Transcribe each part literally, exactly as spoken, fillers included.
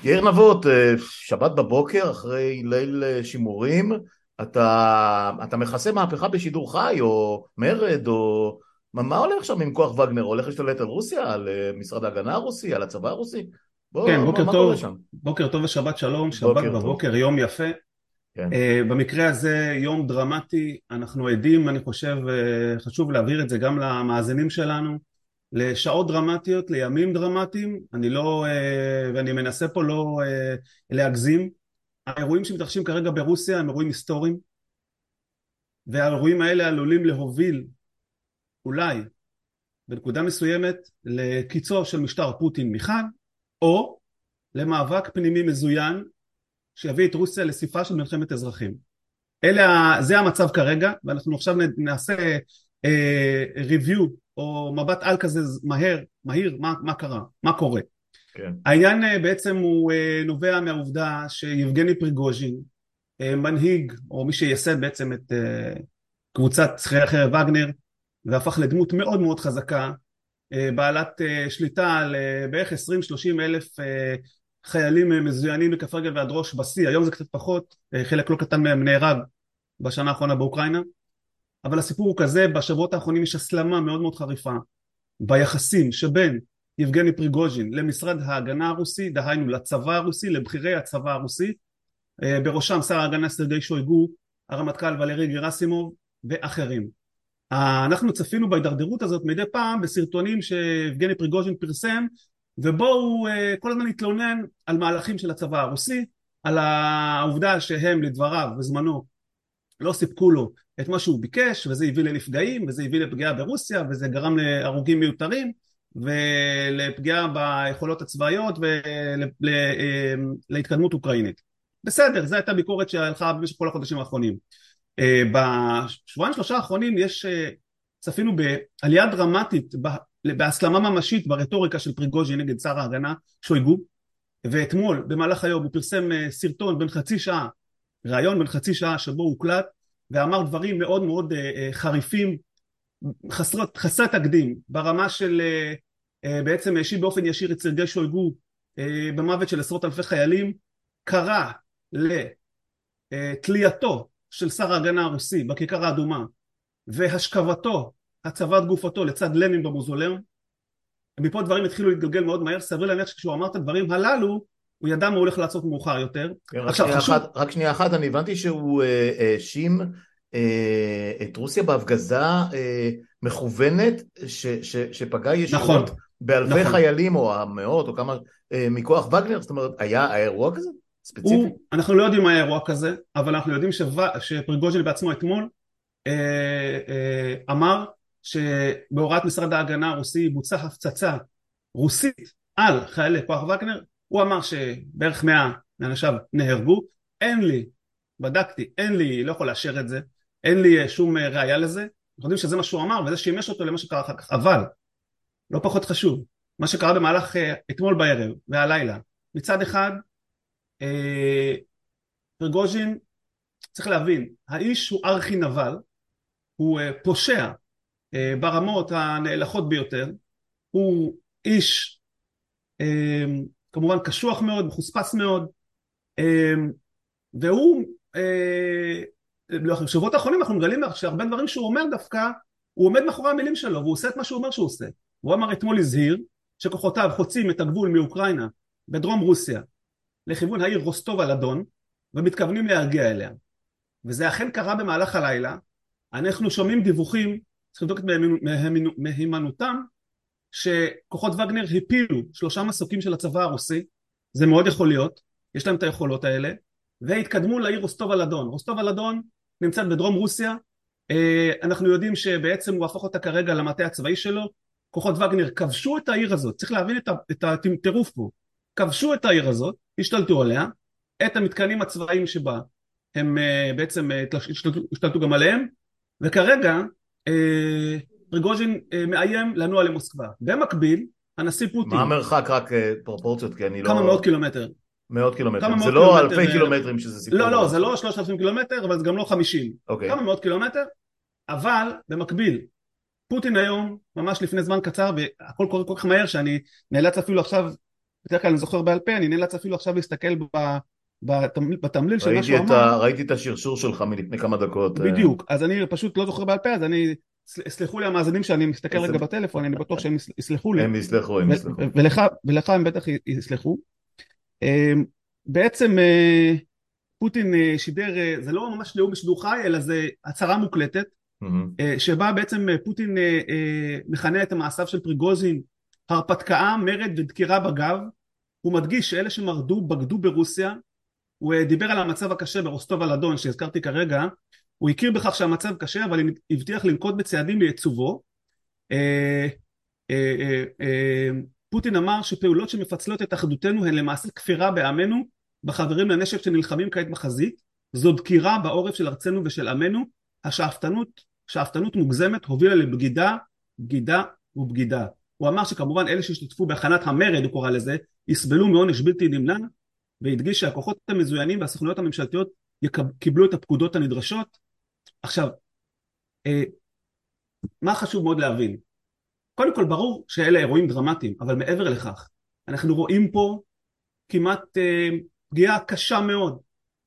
יאיר נבות, אה, שבת בבוקר אחרי ליל אה, שימורים, אתה, אתה מכסה מהפכה בשידור חי או מרד או... מה, מה הולך שם עם כוח וגנר? הולך להשתלט על רוסיה, על אה, משרד ההגנה הרוסי, על הצבא הרוסי? כן, בוא, מה, בוקר מה קורה טוב, שם? בוקר טוב ושבת שלום, שבת בוקר טוב. בבוקר, יום יפה. כן, Uh, במקרה הזה יום דרמטי, אנחנו עדים, אני חושב, uh, חשוב להבהיר את זה גם למאזינים שלנו, לשעות דרמטיות, לימים דרמטיים, אני לא, uh, ואני מנסה פה לא uh, להגזים. האירועים שמתרחשים כרגע ברוסיה הם אירועים היסטוריים, והאירועים האלה עלולים להוביל, אולי, בנקודה מסוימת, לקיצו של משטר פוטין מחד, או למאבק פנימי מזוין, שיביא את רוסיה לסיפה של מלחמת אזרחים. אלה, זה המצב כרגע, ואנחנו עכשיו נעשה אה, ריוויו או מבט על כזה מהר, מהיר, מה, מה קרה, מה קורה. כן. העניין אה, בעצם הוא אה, נובע מהעובדה שיבגני פריגוז'ין, אה, מנהיג, או מי שייסד בעצם את אה, קבוצת שכירי חרב וגנר, והפך לדמות מאוד מאוד חזקה, אה, בעלת אה, שליטה על אה, בערך עשרים שלושים אלף אה, חיילים מזוינים מכף רגל ועד ראש בשיא, היום זה קצת פחות, חלק לא קטן מהם נהרג בשנה האחרונה באוקראינה, אבל הסיפור הוא כזה, בשבועות האחרונים יש הסלמה מאוד מאוד חריפה ביחסים שבין יבגני פריגוז'ין למשרד ההגנה הרוסי, דהיינו לצבא הרוסי, לבכירי הצבא הרוסי, בראשם שר ההגנה סרגי שויגו, הרמטכ"ל ולרי גרסימוב ואחרים. אנחנו צפינו בהידרדרות הזאת מדי פעם בסרטונים שיבגני פריגוז'ין פרסם, ובו הוא כל הזמן התלונן על מהלכים של הצבא הרוסי, על העובדה שהם לדבריו בזמנו לא סיפקו לו את מה שהוא ביקש, וזה הביא לנפגעים, וזה הביא לפגיעה ברוסיה, וזה גרם להרוגים מיותרים, ולפגיעה ביכולות הצבאיות ולהתקדמות אוקראינית. בסדר, זו הייתה ביקורת שהלכה במשך כל החודשים האחרונים. בשבועיים שלושה האחרונים יש, צפינו בעלייה דרמטית, בהסלמה ממשית ברטוריקה של פריגוז'ין נגד שר ההגנה שויגו, ואתמול במהלך היום הוא פרסם סרטון בין חצי שעה, ראיון בין חצי שעה שבו הוא הוקלט, ואמר דברים מאוד מאוד חריפים, חסרות, חסרת תקדים, ברמה של בעצם האשים באופן ישיר את סרגי שויגו במוות של עשרות אלפי חיילים, קרא לתלייתו של שר ההגנה הרוסי בכיכר האדומה, והשכבתו, הצבת גופתו לצד לנין במוזיאון. מפה דברים התחילו להתגלגל מאוד מהר, סביר להניח שכשהוא אמר את הדברים הללו, הוא ידע מה הוא הולך לעשות מאוחר יותר. כן, רק עכשיו שנייה חשוב... אחת, רק שנייה אחת, אני הבנתי שהוא האשים אה, אה, את רוסיה בהפגזה אה, מכוונת ש, ש, שפגעה נכון, ישירות באלפי נכון. חיילים או מאות או כמה אה, מכוח וגנר, זאת אומרת, היה האירוע כזה? ספציפי? הוא, אנחנו לא יודעים מה היה אירוע כזה, אבל אנחנו יודעים שוו, שפריגוז'ין בעצמו אתמול אה, אה, אמר שבהוראת משרד ההגנה הרוסי בוצעה הפצצה רוסית על חיילי כוח וגנר. הוא אמר שבערך מאה מאנשיו נהרגו. אין לי, בדקתי, אין לי, לא יכול לאשר את זה, אין לי שום ראיה לזה. אנחנו יודעים שזה מה שהוא אמר, וזה שימש אותו למה שקרה אחר כך. אבל, לא פחות חשוב, מה שקרה במהלך אתמול בערב והלילה, מצד אחד, אה, פריגוז'ין, צריך להבין, האיש הוא ארכי נבל, הוא אה, פושע אה, ברמות הנאלחות ביותר, הוא איש אה, כמובן קשוח מאוד, מחוספס מאוד, אה, והוא, אה, בשבועות האחרונים אנחנו מגלים שהרבה דברים שהוא אומר דווקא, הוא עומד מאחורי המילים שלו, והוא עושה את מה שהוא אומר שהוא עושה. הוא אמר אתמול הזהיר, שכוחותיו חוצים את הגבול מאוקראינה, בדרום רוסיה, לכיוון העיר רוסטוב על אדון, ומתכוונים להרגיע אליה. וזה אכן קרה במהלך הלילה. אנחנו שומעים דיווחים, צריכים לבדוק את מהימנותם, שכוחות וגנר הפילו שלושה מסוקים של הצבא הרוסי, זה מאוד יכול להיות, יש להם את היכולות האלה, והתקדמו לעיר רוסטוב על אדון. רוסטוב על אדון נמצאת בדרום רוסיה, אנחנו יודעים שבעצם הוא הפך אותה כרגע למטה הצבאי שלו, כוחות וגנר כבשו את העיר הזאת, צריך להבין את הטירוף פה, כבשו את העיר הזאת, השתלטו עליה, את המתקנים הצבאיים שבה, הם בעצם השתלטו גם עליהם, וכרגע פריגוז'ין מאיים לנוע למוסקבה. במקביל, הנשיא פוטין... מה המרחק? רק פרופורציות, כי אני לא... כמה מאות קילומטר. מאות קילומטרים. זה מאות לא קילומטר, אלפי קילומטרים שזה סיפור. לא, לא, זה לא שלושת אלפים קילומטר, אבל זה גם לא חמישים. אוקיי. כמה מאות קילומטר, אבל במקביל, פוטין היום, ממש לפני זמן קצר, והכל קורה כל כך מהר שאני נאלץ אפילו עכשיו בדרך כלל אני זוכר בעל פה, אני נאלץ אפילו עכשיו להסתכל ב- בתמליל בתמליל של מה ראיתי שהוא את אמר. ה... ראיתי את השרשור שלך מלפני כמה דקות. אה, בדיוק, אז אני פשוט לא זוכר בעל פה, אז אני, סל- סלחו לי המאזינים שאני מסתכל אז רגע בטלפון, אני בטוח שהם יס- יסלחו לי, הם יסלחו, הם ו- יסלחו. ו- ולך, ולך הם בטח י- יסלחו. אה, בעצם אה, פוטין אה, שידר, אה, זה לא ממש נאום בשידור חי, אלא זה הצהרה מוקלטת, מהמם. אה, שבה בעצם אה, פוטין אה, אה, מכנה את המעשיו של פריגוז'ין הרפתקה, מרד ודקירה בגב. הוא מדגיש שאלה שמרדו בגדו ברוסיה. הוא אה, דיבר על המצב הקשה ברוסטוב על אדון שהזכרתי כרגע. הוא הכיר בכך שהמצב קשה, אבל הבטיח לנקוט בצעדים לייצובו. אה, אה, אה, אה, פוטין אמר שפעולות שמפצלות את אחדותנו הן למעשה כפירה בעמנו בחברים לנשק שנלחמים כעת בחזית. זו דקירה בעורף של ארצנו ושל עמנו. השאפתנות, שאפתנות מוגזמת הובילה לבגידה, בגידה ובגידה. הוא אמר שכמובן אלה שהשתתפו בהכנת המרד, הוא קורא לזה, יסבלו מעונש בלתי נמנע, והדגיש שהכוחות המזוינים והסוכנויות הממשלתיות קיבלו את הפקודות הנדרשות. עכשיו, אה, מה חשוב מאוד להבין? קודם כל ברור שאלה אירועים דרמטיים, אבל מעבר לכך, אנחנו רואים פה כמעט אה, פגיעה קשה מאוד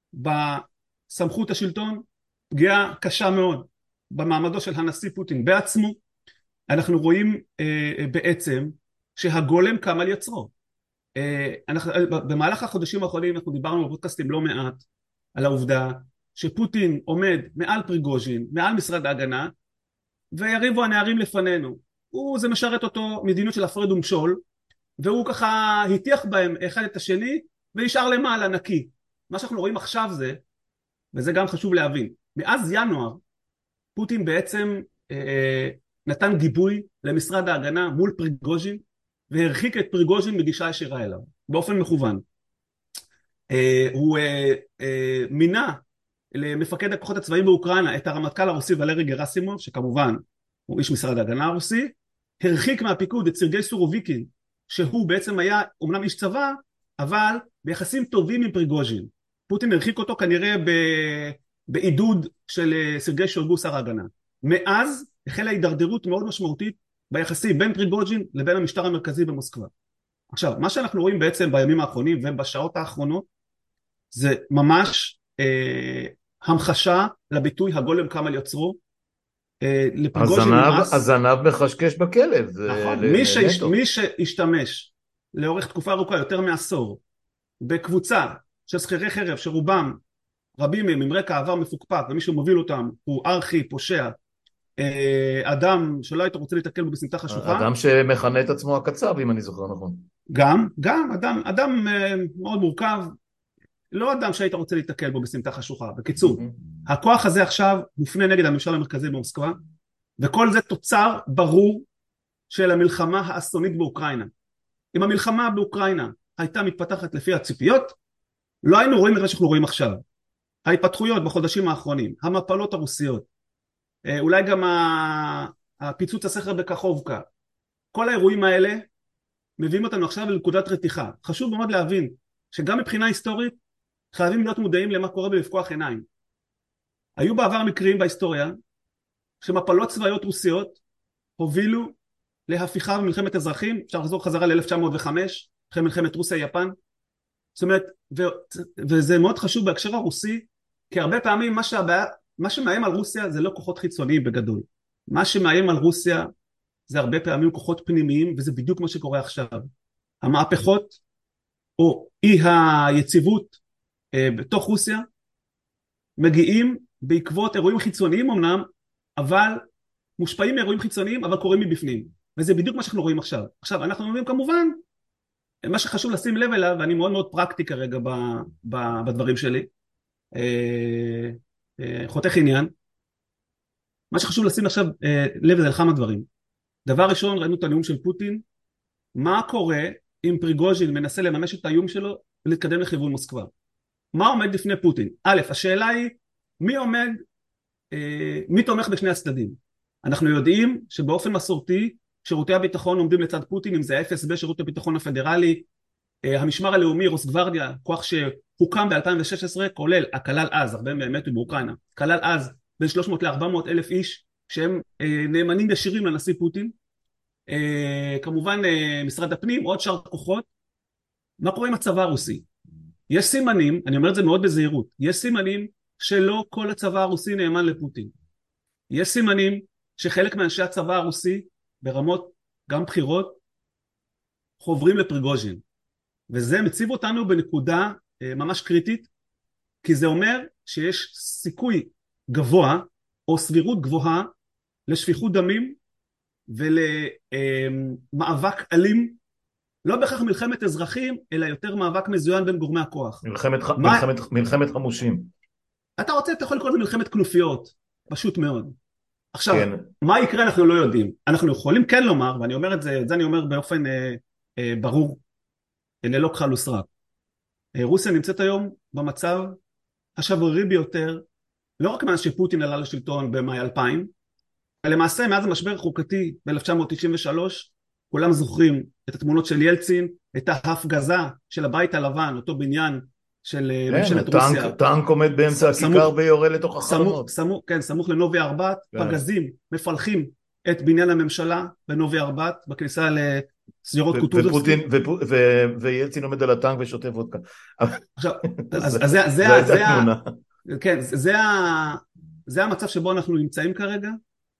בסמכות השלטון, פגיעה קשה מאוד במעמדו של הנשיא פוטין בעצמו. אנחנו רואים אה, בעצם שהגולם קם על יצרו. אה, אנחנו, במהלך החודשים האחרונים אנחנו דיברנו בפודקאסטים לא מעט על העובדה שפוטין עומד מעל פריגוז'ין, מעל משרד ההגנה, ויריבו הנערים לפנינו. הוא, זה משרת אותו מדיניות של הפרד ומשול, והוא ככה הטיח בהם אחד את השני, ונשאר למעלה נקי. מה שאנחנו רואים עכשיו זה, וזה גם חשוב להבין, מאז ינואר, פוטין בעצם אה, נתן גיבוי למשרד ההגנה מול פריגוז'ין, והרחיק את פריגוז'ין מגישה ישירה אליו, באופן מכוון. אה, הוא אה, אה, מינה למפקד הכוחות הצבאיים באוקראינה את הרמטכ"ל הרוסי ולרי גרסימוב, שכמובן הוא איש משרד ההגנה הרוסי, הרחיק מהפיקוד את סרגי סורוביקין, שהוא בעצם היה אומנם איש צבא, אבל ביחסים טובים עם פריגוז'ין. פוטין הרחיק אותו כנראה ב... בעידוד של סרגי שויגו שר ההגנה. מאז החלה הידרדרות מאוד משמעותית ביחסים בין פריגוז'ין לבין המשטר המרכזי במוסקבה. עכשיו, מה שאנחנו רואים בעצם בימים האחרונים ובשעות האחרונות, זה ממש אה, המחשה לביטוי הגולם קם על יוצרו. אה, לפריגוז'ין הזנב, נמאס. הזנב מחשקש בכלב, זה נכון, ל- מי, שיש, נטו. מי שהשתמש לאורך תקופה ארוכה, יותר מעשור, בקבוצה של שכירי חרב שרובם, רבים מהם עם רקע עבר מפוקפק, ומי שמוביל אותם הוא ארכי, פושע, אדם שלא היית רוצה להתקל בו בסמטה חשוכה. אדם שמכנה את עצמו הקצב, אם אני זוכר נכון. גם, גם, אדם, אדם מאוד מורכב, לא אדם שהיית רוצה להתקל בו בסמטה חשוכה. בקיצור, הכוח הזה עכשיו מופנה נגד הממשל המרכזי במוסקבה, וכל זה תוצר ברור של המלחמה האסונית באוקראינה. אם המלחמה באוקראינה הייתה מתפתחת לפי הציפיות, לא היינו רואים את מה שאנחנו רואים עכשיו. ההתפתחויות בחודשים האחרונים, המפלות הרוסיות, אולי גם הפיצוץ הסכר בקחובקה, כל האירועים האלה מביאים אותנו עכשיו לנקודת רתיחה. חשוב מאוד להבין שגם מבחינה היסטורית חייבים להיות מודעים למה קורה בלפקוח עיניים. היו בעבר מקרים בהיסטוריה שמפלות צבאיות רוסיות הובילו להפיכה במלחמת אזרחים. אפשר לחזור חזרה ל-אלף תשע מאות וחמש, אחרי מלחמת רוסיה-יפן. זאת אומרת, ו- וזה מאוד חשוב בהקשר הרוסי, כי הרבה פעמים מה שהבעיה, מה שמאיים על רוסיה זה לא כוחות חיצוניים בגדול. מה שמאיים על רוסיה זה הרבה פעמים כוחות פנימיים, וזה בדיוק מה שקורה עכשיו. המהפכות, או אי היציבות אה, בתוך רוסיה, מגיעים בעקבות אירועים חיצוניים אמנם, אבל מושפעים מאירועים חיצוניים, אבל קורים מבפנים. וזה בדיוק מה שאנחנו רואים עכשיו. עכשיו, אנחנו אומרים כמובן, מה שחשוב לשים לב אליו, ואני מאוד מאוד פרקטי כרגע ב, ב, בדברים שלי, אה, אה, חותך עניין, מה שחשוב לשים עכשיו אה, לב זה לכמה דברים. דבר ראשון, ראינו את הנאום של פוטין, מה קורה אם פריגוז'ין מנסה לממש את האיום שלו ולהתקדם לכיוון מוסקבה? מה עומד לפני פוטין? א', השאלה היא, מי עומד, אה, מי תומך בשני הצדדים? אנחנו יודעים שבאופן מסורתי, שירותי הביטחון עומדים לצד פוטין, אם זה ה-אף אס בי, שירות הביטחון הפדרלי, אה, המשמר הלאומי, רוסגוורדיה, כוח שהוקם ב-אלפיים ושש עשרה, כולל, הכלל אז, הרבה מהם מתו באוקראינה, כלל אז בין שלוש מאות לארבע מאות אלף איש, שהם אה, נאמנים ישירים לנשיא פוטין, אה, כמובן אה, משרד הפנים, עוד שאר כוחות, מה קורה עם הצבא הרוסי? יש סימנים, אני אומר את זה מאוד בזהירות, יש סימנים שלא כל הצבא הרוסי נאמן לפוטין. יש סימנים שחלק מאנשי הצבא הרוסי ברמות גם בחירות חוברים לפריגוז'ין, וזה מציב אותנו בנקודה ממש קריטית, כי זה אומר שיש סיכוי גבוה או סבירות גבוהה לשפיכות דמים ולמאבק אלים, לא בהכרח מלחמת אזרחים, אלא יותר מאבק מזוין בין גורמי הכוח. מלחמת, מה... מלחמת, מלחמת חמושים. אתה רוצה, אתה יכול לקרוא לזה מלחמת כנופיות, פשוט מאוד. עכשיו, כן. מה יקרה אנחנו לא יודעים. אנחנו יכולים כן לומר, ואני אומר את זה, את זה אני אומר באופן אה, אה, ברור, ללא כחל ושרק. אה, רוסיה נמצאת היום במצב השברירי ביותר, לא רק מאז שפוטין עלה לשלטון במאי אלפיים, אלא למעשה מאז המשבר החוקתי ב-אלף תשע מאות תשעים ושלוש, כולם זוכרים את התמונות של ילצין, את ההפגזה של הבית הלבן, אותו בניין של כן, ממשלת טנק, רוסיה. טנק עומד באמצע הכיכר ויורה לתוך החלונות. סמוך, כן, סמוך לנובי ארבעת, כן. פגזים מפלחים את בניין הממשלה בנובי ארבעת, בכניסה לסיירות קוטוזובסקי. וילצין עומד על הטנק ושותה וודקה. עכשיו, אז זה, זה, זה, כן, זה, זה המצב שבו אנחנו נמצאים כרגע,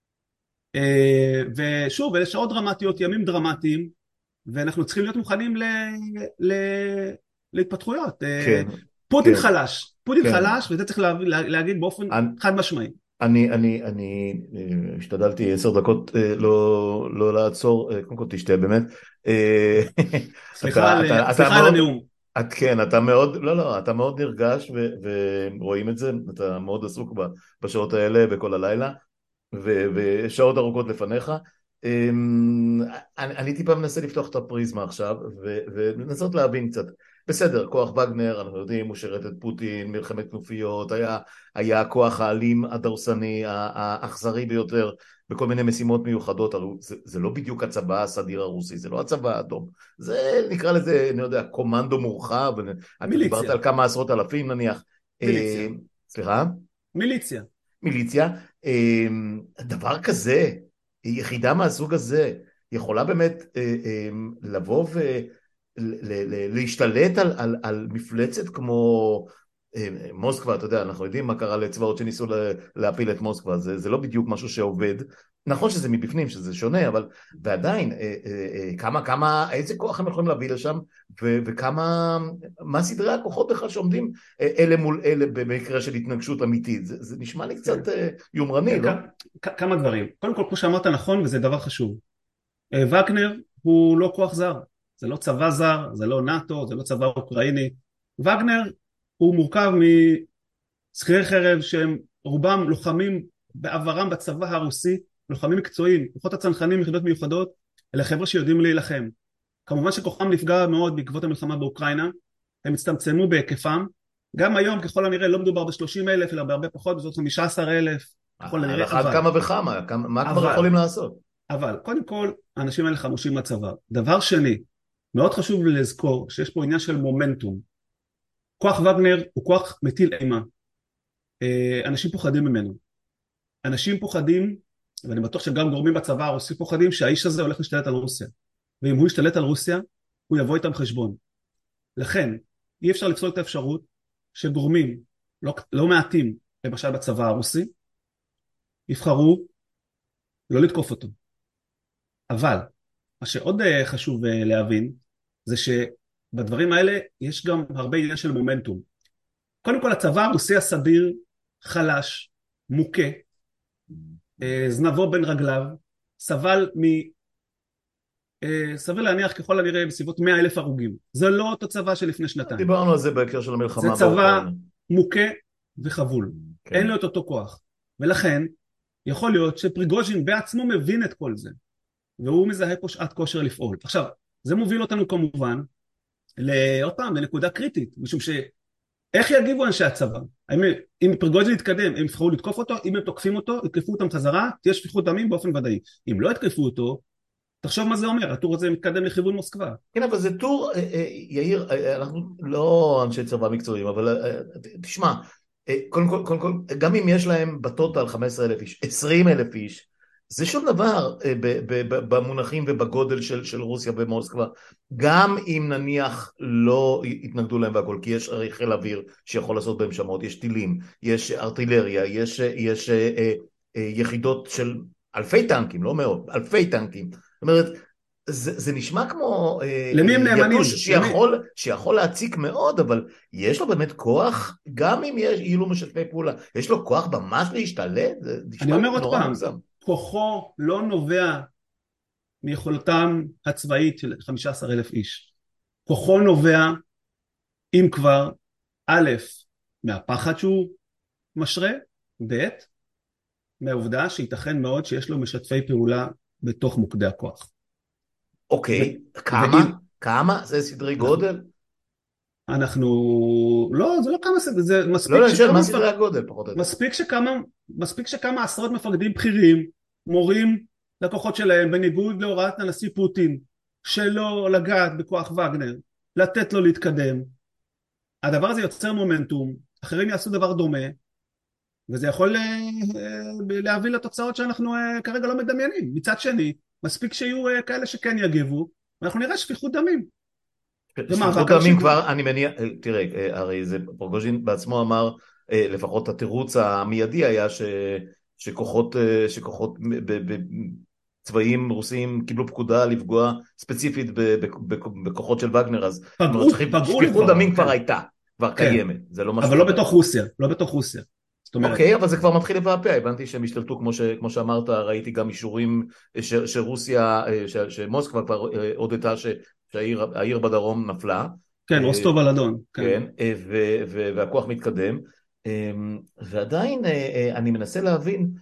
ושוב, אלה שעות דרמטיות, ימים דרמטיים, ואנחנו צריכים להיות מוכנים ל, ל, להתפתחויות. כן, פוטין כן, חלש, פוטין כן. חלש, וזה צריך לה, לה, להגיד באופן אני, חד משמעי. אני, אני, אני השתדלתי עשר דקות לא, לא לעצור, קודם כל תשתה באמת. סליחה, אתה, על, אתה, סליחה אתה על מאוד, הנאום. את, כן, אתה מאוד, לא, לא, אתה מאוד נרגש ו, ורואים את זה, אתה מאוד עסוק בשעות האלה וכל הלילה. ושעות ארוכות לפניך. אני, אני טיפה מנסה לפתוח את הפריזמה עכשיו ולנסות להבין קצת. בסדר, כוח וגנר, אנחנו יודעים, הוא שרת את פוטין, מלחמת כנופיות, היה, היה הכוח האלים הדורסני, האכזרי ביותר בכל מיני משימות מיוחדות. זה, זה לא בדיוק הצבא הסדיר הרוסי, זה לא הצבא האדום, זה נקרא לזה, אני יודע, קומנדו מורחב. אתה דיברת על כמה עשרות אלפים נניח. מיליציה. סליחה? מיליציה. מיליציה. דבר כזה, יחידה מהסוג הזה, יכולה באמת לבוא ולהשתלט על, על, על מפלצת כמו מוסקבה. אתה יודע, אנחנו יודעים מה קרה לצבאות שניסו להפיל את מוסקבה, זה, זה לא בדיוק משהו שעובד. נכון שזה מבפנים, שזה שונה, אבל ועדיין, כמה, כמה, איזה כוח הם יכולים להביא לשם, ו, וכמה, מה סדרי הכוחות בכלל שעומדים אלה מול אלה במקרה של התנגשות אמיתית. זה, זה נשמע לי קצת יומרני, לא? כמה דברים. קודם כל, כמו שאמרת נכון, וזה דבר חשוב. וגנר הוא לא כוח זר. זה לא צבא זר, זה לא נאטו, זה לא צבא אוקראיני. וגנר הוא מורכב משכירי חרב שהם רובם לוחמים בעברם בצבא הרוסי, לוחמים מקצועיים, כוחות הצנחנים, יחידות מיוחדות, אלה חבר'ה שיודעים להילחם. כמובן שכוחם נפגע מאוד בעקבות המלחמה באוקראינה, הם הצטמצמו בהיקפם, גם היום ככל הנראה לא מדובר ב-שלושים אלף, אלא בהרבה פחות, בזאת חמישה עשר אלף, ככל הנראה. אבל כמה וכמה, מה כבר יכולים לעשות? אבל, קודם כל, האנשים האלה חמושים מהצבא. דבר שני, מאוד חשוב לזכור שיש פה עניין של מומנטום. כוח וגנר הוא כוח מטיל אימה. אנשים פוחדים ממנו. אנשים פוחדים, ואני בטוח שגם גורמים בצבא הרוסי פוחדים, שהאיש הזה הולך להשתלט על רוסיה. ואם הוא ישתלט על רוסיה, הוא יבוא איתם חשבון. לכן, אי אפשר לפסול את האפשרות שגורמים לא, לא מעטים, למשל בצבא הרוסי, יבחרו לא לתקוף אותו. אבל, מה שעוד חשוב להבין, זה שבדברים האלה יש גם הרבה עניין של מומנטום. קודם כל, הצבא הרוסי הסדיר חלש, מוכה, זנבו בין רגליו, סבל מ... סביר להניח ככל הנראה בסביבות מאה אלף הרוגים. זה לא אותו צבא של לפני שנתיים. דיברנו על זה בהקשר של המלחמה. זה צבא מוכה וחבול. כן. אין לו את אותו כוח. ולכן, יכול להיות שפריגוז'ין בעצמו מבין את כל זה. והוא מזהה פה שעת כושר לפעול. עכשיו, זה מוביל אותנו כמובן, לעוד פעם, לנקודה קריטית, משום ש... איך יגיבו אנשי הצבא? האם, אם פריגוז'ין יתקדם, הם יבחרו לתקוף אותו, אם הם תוקפים אותו, יתקפו אותם חזרה, תהיה שפיכות דמים באופן ודאי. אם לא יתקפו אותו, תחשוב מה זה אומר, הטור הזה מתקדם לכיוון מוסקבה. כן, אבל זה טור, יאיר, אנחנו לא אנשי צבא מקצועיים, אבל תשמע, קודם כל, קודם כל, גם אם יש להם בטוטל חמישה עשר אלף איש, עשרים אלף איש, זה שום דבר במונחים ובגודל של, של רוסיה ומוסקבה, גם אם נניח לא יתנגדו להם והכל, כי יש הרי חיל אוויר שיכול לעשות בהם שמות, יש טילים, יש ארטילריה, יש, יש אה, אה, יחידות של אלפי טנקים, לא מאות, אלפי טנקים. זאת אומרת, זה, זה נשמע כמו למי הם נאמנים? יתוש שיכול, שיכול להציק מאוד, אבל יש לו באמת כוח, גם אם יש, יהיו לו משתפי פעולה, יש לו כוח ממש להשתלט, זה אני נשמע אומר עוד נורא פעם, מוגזם. כוחו לא נובע מיכולתם הצבאית של חמישה עשר אלף איש. כוחו נובע, אם כבר, א', מהפחד שהוא משרה, ב', מהעובדה שייתכן מאוד שיש לו משתפי פעולה בתוך מוקדי הכוח. אוקיי, ו- כמה? ואם כמה? זה סדרי אנחנו, גודל? אנחנו, לא, זה לא כמה, זה לא, מספיק לא, אני שואל, שכמה, מה מפק- סדרי הגודל, פחות או יותר? מספיק שכמה, מספיק שכמה עשרות מפקדים בכירים, מורים לכוחות שלהם, בניגוד להוראת הנשיא פוטין, שלא לגעת בכוח וגנר, לתת לו להתקדם. הדבר הזה יוצר מומנטום, אחרים יעשו דבר דומה, וזה יכול אה, אה, להביא לתוצאות שאנחנו אה, כרגע לא מדמיינים. מצד שני, מספיק שיהיו אה, כאלה שכן יגיבו, ואנחנו נראה שפיכות דמים. שפיכות ומאבק על דמים השלטון. כבר, אני מניח, תראה, הרי זה, פרגוז'ין בעצמו אמר, לפחות התירוץ המיידי היה ש, שכוחות, שכוחות ב, ב, צבאיים רוסיים קיבלו פקודה לפגוע ספציפית ב, ב, ב, בכוחות של וגנר, אז פגעו, שפיכות פגעו שפיכות לדבריו, דמים כן. כבר הייתה, כבר כן. קיימת, זה לא משהו אבל לא חדש. בתוך רוסיה, לא בתוך רוסיה. זאת אומרת, אוקיי, אבל זה כבר מתחיל לבעבע, הבנתי שהם השתלטו, כמו, ש, כמו שאמרת, ראיתי גם אישורים ש, שרוסיה, ש, שמוסקבה כבר הודתה ש, שהעיר העיר בדרום נפלה, כן, רוסטוב על אדון, כן. כן, ו, ו, והכוח מתקדם, ועדיין אני מנסה להבין,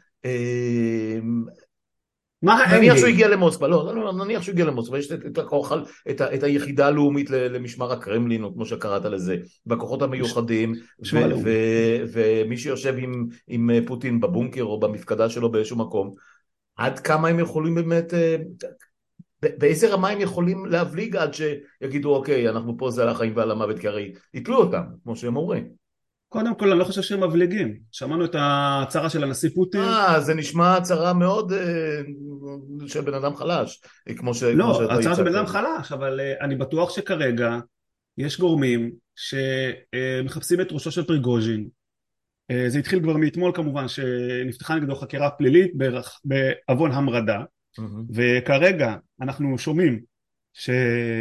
מה האנד נניח שהוא גיים? הגיע למוסקבה, לא, לא, לא, נניח שהוא הגיע למוסקבה, יש את, הכוח, את, ה, את היחידה הלאומית למשמר הקרמלין, או כמו שקראת לזה, בכוחות המיוחדים, ו, משמר ו, הלאומי. ומי שיושב עם, עם פוטין בבונקר או במפקדה שלו באיזשהו מקום, עד כמה הם יכולים באמת, באיזה רמה הם יכולים להבליג עד שיגידו, אוקיי, אנחנו פה זה על החיים ועל המוות, כי הרי יתלו אותם, כמו שהם אומרים. קודם כל, אני לא חושב שהם מבליגים. שמענו את ההצהרה של הנשיא פוטין. אה, זה נשמע הצהרה מאוד אה, של בן אדם חלש, כמו, ש, כמו לא, שאתה ההצהרה של בן הצגת אדם את זה. חלש, אבל uh, אני בטוח שכרגע יש גורמים שמחפשים את ראשו של פריגוז'ין. Uh, זה התחיל כבר מאתמול כמובן, שנפתחה נגדו חקירה פלילית בערך, בעוון המרדה, מהמם. וכרגע אנחנו שומעים ש...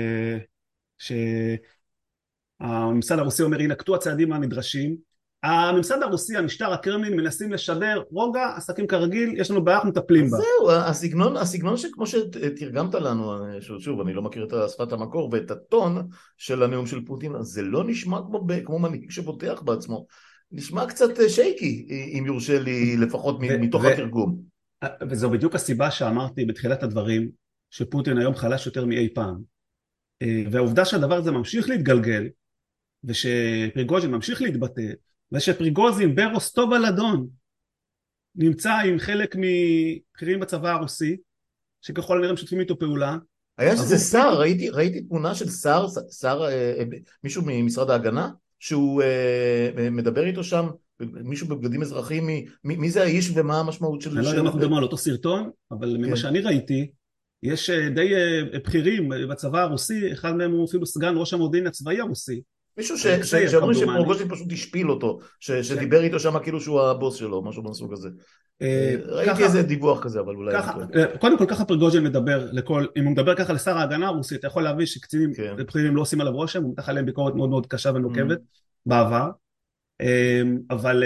שהממסד הרוסי אומר, ינקטו הצעדים הנדרשים. הממסד הרוסי, המשטר הקרמלין, מנסים לשדר, רוגע, עסקים כרגיל, יש לנו בעיה, אנחנו מטפלים אז בה. זהו, הסגנון, הסגנון שכמו שתרגמת לנו, שוב, שוב, אני לא מכיר את שפת המקור, ואת הטון של הנאום של פוטין, זה לא נשמע כמו, כמו מנהיג שבוטח בעצמו, נשמע קצת שייקי, אם יורשה לי, לפחות ו- מתוך ו- התרגום. וזו בדיוק הסיבה שאמרתי בתחילת הדברים, שפוטין היום חלש יותר מאי פעם. והעובדה שהדבר הזה ממשיך להתגלגל, ושפריגוז'ין ממשיך להתבטא, ושפריגוז'ין ברוסטוב על אדון, נמצא עם חלק מבכירים בצבא הרוסי, שככל הנראה משתפים איתו פעולה. היה שזה שר, פוטין... ראיתי, ראיתי תמונה של שר, שר, מישהו ממשרד ההגנה, שהוא מדבר איתו שם, מישהו בבגדים אזרחיים, מי, מי זה האיש ומה המשמעות של... אני לא יודע אם אנחנו מדברים על אותו סרטון, אבל ממה שאני ראיתי, יש די בכירים בצבא הרוסי, אחד מהם הוא אפילו סגן ראש המודיעין הצבאי הרוסי. מישהו שאומרים שפרוגוז'ין פשוט השפיל אותו, שדיבר איתו שם כאילו שהוא הבוס שלו, משהו בסוג הזה. ראיתי איזה דיווח כזה, אבל אולי... קודם כל ככה פריגוז'ין מדבר לכל, אם הוא מדבר ככה לשר ההגנה הרוסי, אתה יכול להבין שקצינים בכירים לא עושים עליו רושם, הוא מתח עליהם ביקורת מאוד מאוד קשה ונוקבת בעבר, אבל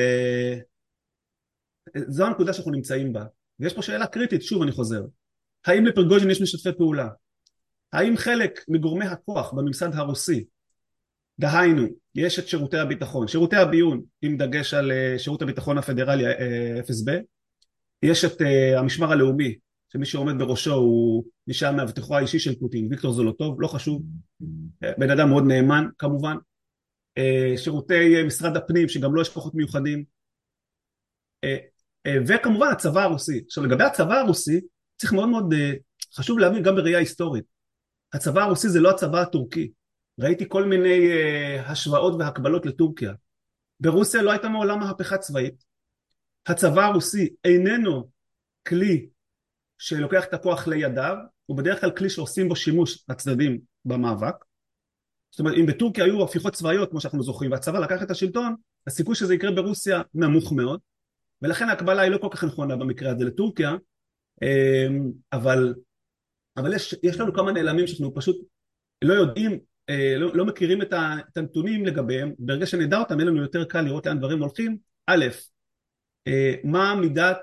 זו הנקודה שאנחנו נמצאים בה, ויש פה שאלה קריטית, שוב אני חוזר, האם לפריגוז'ין יש משתפי פעולה? האם חלק מגורמי הכוח בממסד הרוסי, דהיינו, יש את שירותי הביטחון, שירותי הביון, עם דגש על שירות הביטחון הפדרלי אף אס בי, יש את המשמר הלאומי, שמי שעומד בראשו הוא מי שהיה מאבטחו האישי של פוטין, ויקטור זולוטוב, לא חשוב, בן אדם מאוד נאמן כמובן, שירותי משרד הפנים, שגם לא יש כוחות מיוחדים, וכמובן הצבא הרוסי. עכשיו לגבי הצבא הרוסי, צריך מאוד מאוד חשוב להבין גם בראייה היסטורית, הצבא הרוסי זה לא הצבא הטורקי, ראיתי כל מיני השוואות והקבלות לטורקיה, ברוסיה לא הייתה מעולם מהפכה צבאית, הצבא הרוסי איננו כלי שלוקח את הכוח לידיו, הוא בדרך כלל כלי שעושים בו שימוש הצדדים במאבק. זאת אומרת, אם בטורקיה היו הפיכות צבאיות, כמו שאנחנו זוכרים, והצבא לקח את השלטון, הסיכוי שזה יקרה ברוסיה נמוך מאוד, ולכן ההקבלה היא לא כל כך נכונה במקרה הזה לטורקיה, אבל, אבל יש, יש לנו כמה נעלמים שאנחנו פשוט לא יודעים, לא, לא מכירים את הנתונים לגביהם. ברגע שנדע אותם, יהיה לנו יותר קל לראות לאן דברים הולכים. א', מה מידת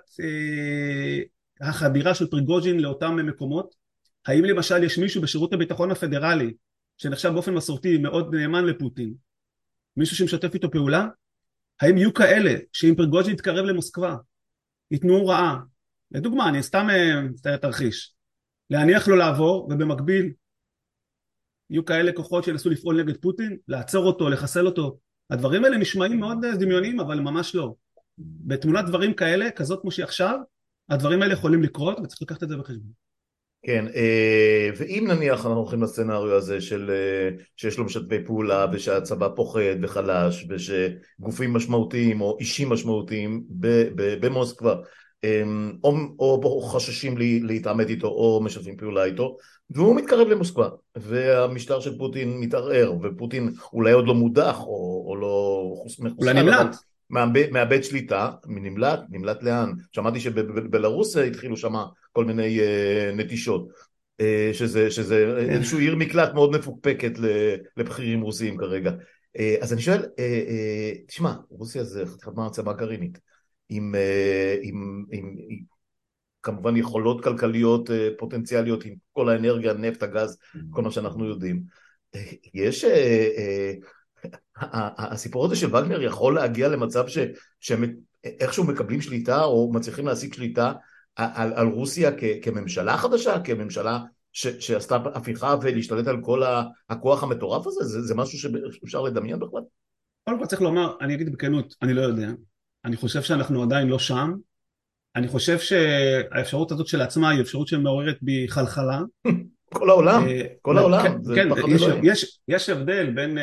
החדירה של פריגוז'ין לאותם מקומות? האם למשל יש מישהו בשירות הביטחון הפדרלי שנחשב באופן מסורתי מאוד נאמן לפוטין, מישהו שמשתף איתו פעולה? האם יהיו כאלה שאם פריגוז'ין יתקרב למוסקבה ייתנו הוראה, לדוגמה, אני סתם תרחיש, להניח לו לעבור, ובמקביל יהיו כאלה כוחות שנסו לפעול נגד פוטין, לעצור אותו, לחסל אותו? הדברים האלה נשמעים מאוד דמיוניים, אבל ממש לא. בתמונת דברים כאלה, כזאת כמו שהיא עכשיו, הדברים האלה יכולים לקרות, וצריך לקחת את זה בחשבון. כן, ואם נניח אנחנו הולכים לסצנריו הזה של שיש לו משתפי פעולה ושהצבא פוחד וחלש ושגופים משמעותיים או אישים משמעותיים במוסקבה או, או חששים להתעמת איתו או משתפים פעולה איתו, והוא מתקרב למוסקבה והמשטר של פוטין מתערער ופוטין אולי עוד לא מודח או, או לא מחוסל, אולי נמלט, מאבד, מאבד שליטה, נמלט, נמלט לאן? שמעתי שבבלרוסיה התחילו שם כל מיני uh, נטישות, uh, שזה, שזה איזשהו עיר מקלט מאוד מפוקפקת לבכירים רוסיים כרגע. Uh, אז אני שואל, uh, uh, תשמע, רוסיה זה חתיכת מעצמה גרעינית, עם, uh, עם, עם, עם כמובן יכולות כלכליות uh, פוטנציאליות, עם כל האנרגיה, נפט, הגז, כל מה שאנחנו יודעים. Uh, יש... Uh, uh, הסיפור הזה של וגנר יכול להגיע למצב שהם איכשהו מקבלים שליטה או מצליחים להשיג שליטה על, על רוסיה כ, כממשלה חדשה, כממשלה ש, שעשתה הפיכה ולהשתלט על כל הכוח המטורף הזה? זה, זה משהו שאפשר לדמיין בכלל? קודם כל צריך לומר, אני אגיד בכנות, אני לא יודע. אני חושב שאנחנו עדיין לא שם. אני חושב שהאפשרות הזאת של עצמה היא אפשרות שמעוררת בי חלחלה. כל העולם, כל העולם. כן, כן, יש, יש, יש הבדל בין...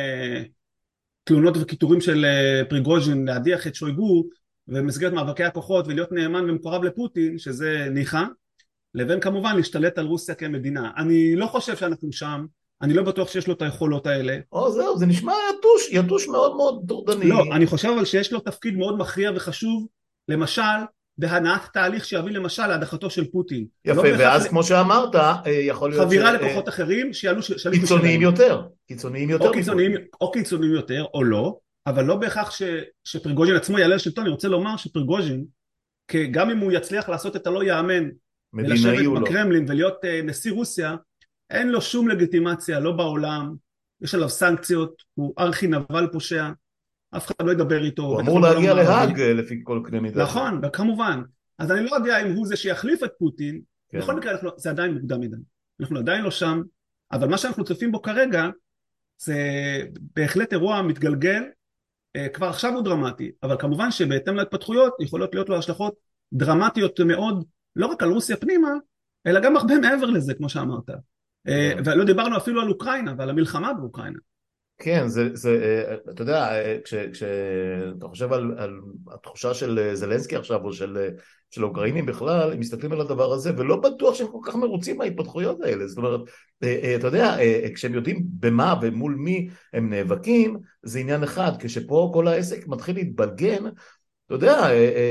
תלונות וקיטורים של פריגוז'ין להדיח את שויגו ומסגרת מאבקי הכוחות ולהיות נאמן ומקורב לפוטין, שזה ניחא, לבין כמובן להשתלט על רוסיה כמדינה. אני לא חושב שאנחנו שם, אני לא בטוח שיש לו את היכולות האלה. או זהו, זה נשמע יתוש, יתוש מאוד מאוד דורדני. לא, אני חושב אבל שיש לו תפקיד מאוד מכריע וחשוב, למשל, בהנעת תהליך שיביא למשל להדחתו של פוטין. יפה, לא ואז כמו שאמרת, יכול להיות... חבירה ש... לכוחות אחרים שיעלו... קיצוניים יותר, קיצוניים יותר. או קיצוניים, או קיצוניים יותר, או לא, אבל לא בהכרח ש... שפריגוז'ין עצמו יעלה לשלטון. אני רוצה לומר שפריגוז'ין, גם אם הוא יצליח לעשות את הלא יאמן, ולשבת בקרמלין ולהיות נשיא רוסיה, אין לו שום לגיטימציה, לא בעולם, יש עליו סנקציות, הוא ארכי נבל פושע, אף אחד לא ידבר איתו. הוא אמור להגיע להאג לפי כל קנה מידה. נכון, כמובן. אז אני לא יודע אם הוא זה שיחליף את פוטין, כן. בכל מקרה זה עדיין מוקדם מדי. אנחנו עדיין לא שם, אבל מה שאנחנו צופים בו כרגע, זה בהחלט אירוע מתגלגל, כבר עכשיו הוא דרמטי, אבל כמובן שבהתאם להתפתחויות יכולות להיות לו השלכות דרמטיות מאוד, לא רק על רוסיה פנימה, אלא גם הרבה מעבר לזה, כמו שאמרת. כן. ולא דיברנו אפילו על אוקראינה ועל המלחמה באוקראינה. כן, זה, זה, אתה יודע, כש, כשאתה חושב על, על התחושה של זלנסקי עכשיו, או של, של האוקראינים בכלל, הם מסתכלים על הדבר הזה, ולא בטוח שהם כל כך מרוצים מההתפתחויות האלה. זאת אומרת, אתה יודע, כשהם יודעים במה ומול מי הם נאבקים, זה עניין אחד. כשפה כל העסק מתחיל להתבלגן, אתה יודע,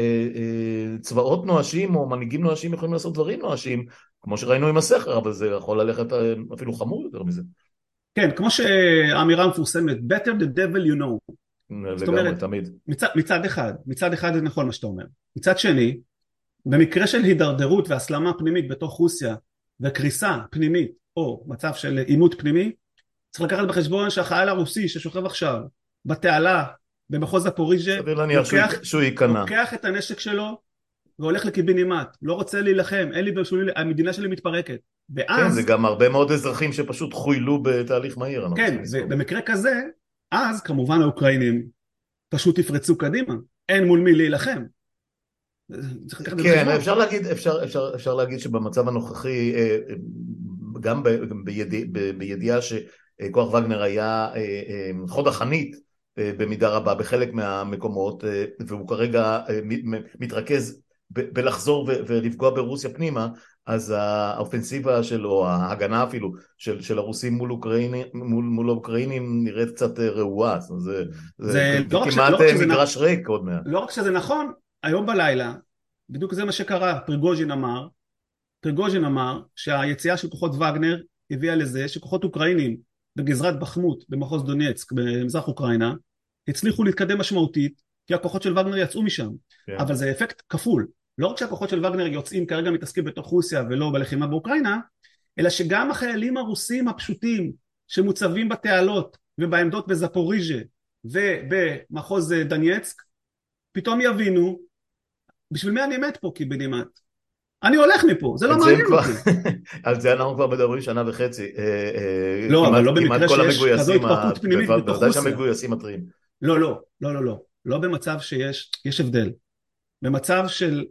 צבאות נואשים או מנהיגים נואשים יכולים לעשות דברים נואשים, כמו שראינו עם הסכר, אבל זה יכול ללכת אפילו חמור יותר מזה. כן, כמו שהאמירה המפורסמת, better the devil you know. זאת אומרת, תמיד. מצד, מצד אחד, מצד אחד זה נכון מה שאתה אומר. מצד שני, במקרה של הידרדרות והסלמה פנימית בתוך רוסיה, וקריסה פנימית, או מצב של עימות פנימי, צריך לקחת בחשבון שהחייל הרוסי ששוכב עכשיו, בתעלה, במחוז הפוריז'ה, לוקח, לוקח את הנשק שלו, והולך לקיבינימט, לא רוצה להילחם, אין לי בשבילי, המדינה שלי מתפרקת. ואז... כן, זה גם הרבה מאוד אזרחים שפשוט חוילו בתהליך מהיר. כן, במקרה כזה, אז כמובן האוקראינים פשוט יפרצו קדימה, אין מול מי להילחם. כן, אפשר להגיד, אפשר, אפשר, אפשר להגיד שבמצב הנוכחי, גם בידיעה שכוח וגנר היה חוד החנית במידה רבה בחלק מהמקומות, והוא כרגע מתרכז ב- בלחזור ו- ולפגוע ברוסיה פנימה, אז האופנסיבה של, או ההגנה אפילו, של, של הרוסים מול אוקראינים, מול, מול האוקראינים נראית קצת רעועה, זאת אומרת, זה, זה זה לא רק, ש, כמעט לא רק שזה, מגרש ריק עוד מעט. לא רק שזה נכון, היום בלילה, בדיוק זה מה שקרה, פריגוז'ין אמר, פריגוז'ין אמר שהיציאה של כוחות וגנר הביאה לזה שכוחות אוקראינים בגזרת בחמות במחוז דונייצק במזרח אוקראינה הצליחו להתקדם משמעותית כי הכוחות של וגנר יצאו משם. כן. אבל זה אפקט כפול, לא רק שהכוחות של וגנר יוצאים כרגע מתעסקים בתוך רוסיה ולא בלחימה באוקראינה, אלא שגם החיילים הרוסים הפשוטים שמוצבים בתעלות ובעמדות בזפוריז'ה ובמחוז דנייצק פתאום יבינו בשביל מי אני מת פה קיבינימט, אני הולך מפה, זה לא מעניין אותי. על זה אנחנו כבר מדברים שנה וחצי. לא, אבל לא במקרה שיש כזו התפרקות פנימית בתוך רוסיה. שהמגויסים מטרים. לא, לא, לא, לא, לא. לא במצב שיש, יש הבדל. במצב של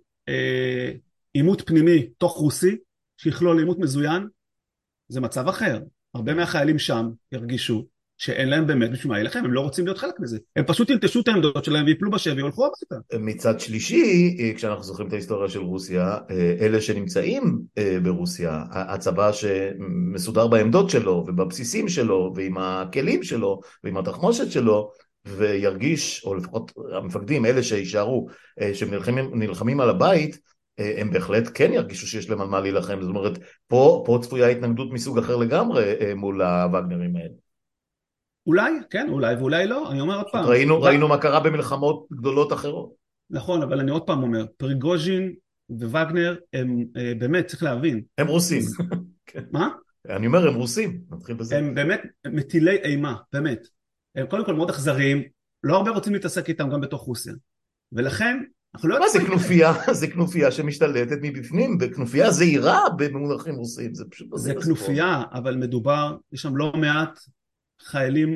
עימות פנימי תוך רוסי, שיכלול עימות מזוין, זה מצב אחר. הרבה מהחיילים שם ירגישו שאין להם באמת בשביל מה ילחם, הם לא רוצים להיות חלק מזה. הם פשוט ינטשו את העמדות שלהם ויפלו בשבי והולכו הביתה. מצד שלישי, כשאנחנו זוכרים את ההיסטוריה של רוסיה, אלה שנמצאים ברוסיה, הצבא שמסודר בעמדות שלו ובבסיסים שלו ועם הכלים שלו ועם התחמושת שלו, וירגיש, או לפחות המפקדים, אלה שישארו, שנלחמים על הבית, הם בהחלט כן ירגישו שיש להם על מה להילחם. זאת אומרת, פה, פה צפויה התנגדות מסוג אחר לגמרי מול הווגנרים האלה. אולי, כן, אולי ואולי לא, אני אומר עוד פעם. ראינו, ראינו מה קרה במלחמות גדולות אחרות. נכון, אבל אני עוד פעם אומר, פריגוז'ין ווגנר, הם באמת, צריך להבין. הם רוסים. מה? אני אומר, הם רוסים, נתחיל בזה. הם באמת מטילי אימה, באמת. הם קודם כל מאוד אכזריים, לא הרבה רוצים להתעסק איתם גם בתוך רוסיה. ולכן, אנחנו לא... מה זה כנופיה? זה כנופיה שמשתלטת מבפנים, וכנופיה זהירה במונחים רוסים, זה פשוט... זה כנופיה, אבל מדובר, יש שם לא מעט חיילים,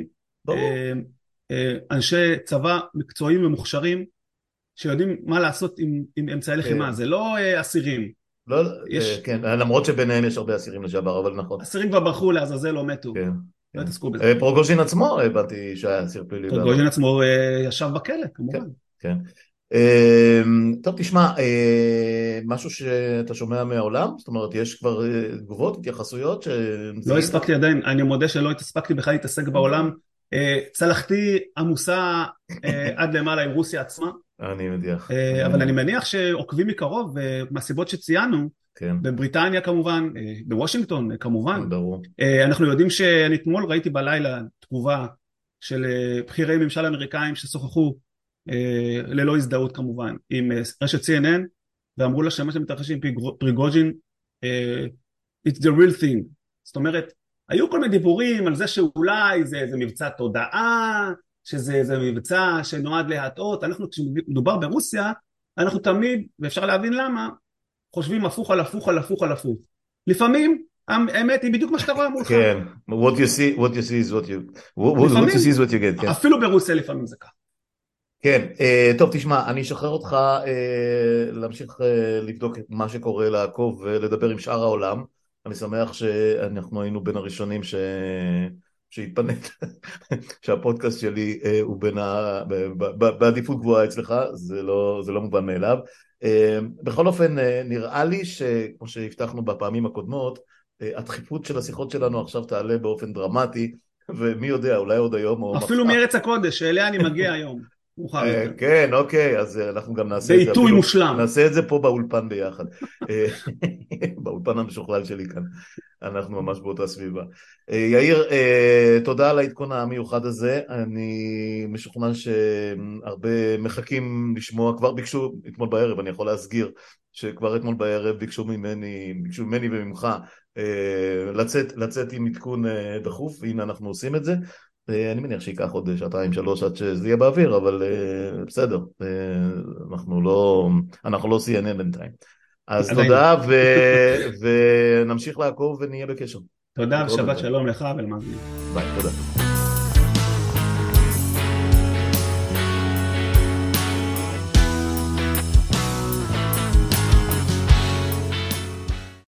אנשי צבא מקצועיים ומוכשרים, שיודעים מה לעשות עם, עם אמצעי לחימה, זה לא אסירים. לא, יש... כן, למרות שביניהם יש הרבה אסירים לשעבר, אבל נכון. אסירים כבר ברחו לעזאזל, לא מתו. כן. לא תעסקו בזה. פריגוז'ין עצמו, הבנתי שהיה אסיר פלילי. פריגוז'ין עצמו ישב בכלא, כמובן. כן. טוב, תשמע, משהו שאתה שומע מהעולם? זאת אומרת, יש כבר תגובות, התייחסויות? לא הספקתי עדיין, אני מודה שלא הספקתי בכלל להתעסק בעולם. צלחתי עמוסה עד למעלה עם רוסיה עצמה. אני מניח. אבל אני מניח שעוקבים מקרוב, מהסיבות שציינו, בבריטניה כמובן, בוושינגטון כמובן. אנחנו יודעים שאני אתמול ראיתי בלילה תגובה של בכירי ממשל אמריקאים ששוחחו ללא הזדהות כמובן עם רשת סי אן אן, ואמרו לה שמה שמתרחש עם פריגוז'ין it's the real thing. זאת אומרת, היו כל מיני דיבורים על זה שאולי זה, זה מבצע תודעה, שזה זה מבצע שנועד להטעות. אנחנו כשמדובר ברוסיה, אנחנו תמיד, ואפשר להבין למה, חושבים הפוך על הפוך על הפוך על הפוך. לפעמים האמת היא בדיוק מה שאתה רואה מולך. כן, what you see, what you see is what you, what you see is what you get. אפילו ברוסיה לפעמים זה כך. כן, טוב תשמע, אני אשחרר אותך להמשיך לבדוק את מה שקורה, לעקוב ולדבר עם שאר העולם. אני שמח שאנחנו היינו בין הראשונים ש... שהתפנית, שהפודקאסט שלי הוא בין ה... בעדיפות גבוהה אצלך, זה לא, זה לא מובן מאליו. בכל אופן, נראה לי שכמו שהבטחנו בפעמים הקודמות, הדחיפות של השיחות שלנו עכשיו תעלה באופן דרמטי, ומי יודע, אולי עוד היום או... אפילו מארץ הקודש, שאליה אני מגיע היום. כן, אוקיי, אז אנחנו גם נעשה את זה. בעיתוי מושלם. נעשה את זה פה באולפן ביחד. באולפן המשוכלל שלי כאן. אנחנו ממש באותה סביבה. יאיר, תודה על העדכון המיוחד הזה. אני משוכנע שהרבה מחכים לשמוע, כבר ביקשו אתמול בערב, אני יכול להסגיר שכבר אתמול בערב ביקשו ממני, ביקשו ממני וממך לצאת, לצאת עם עדכון דחוף, והנה אנחנו עושים את זה. אני מניח שיקח עוד שעתיים שלוש עד שזה יהיה באוויר, אבל בסדר, אנחנו לא, אנחנו לא סי אן אן בינתיים. אז תודה, ונמשיך לעקוב ונהיה בקשר. תודה, ושבת שלום לך ולמאזינים. ביי, תודה.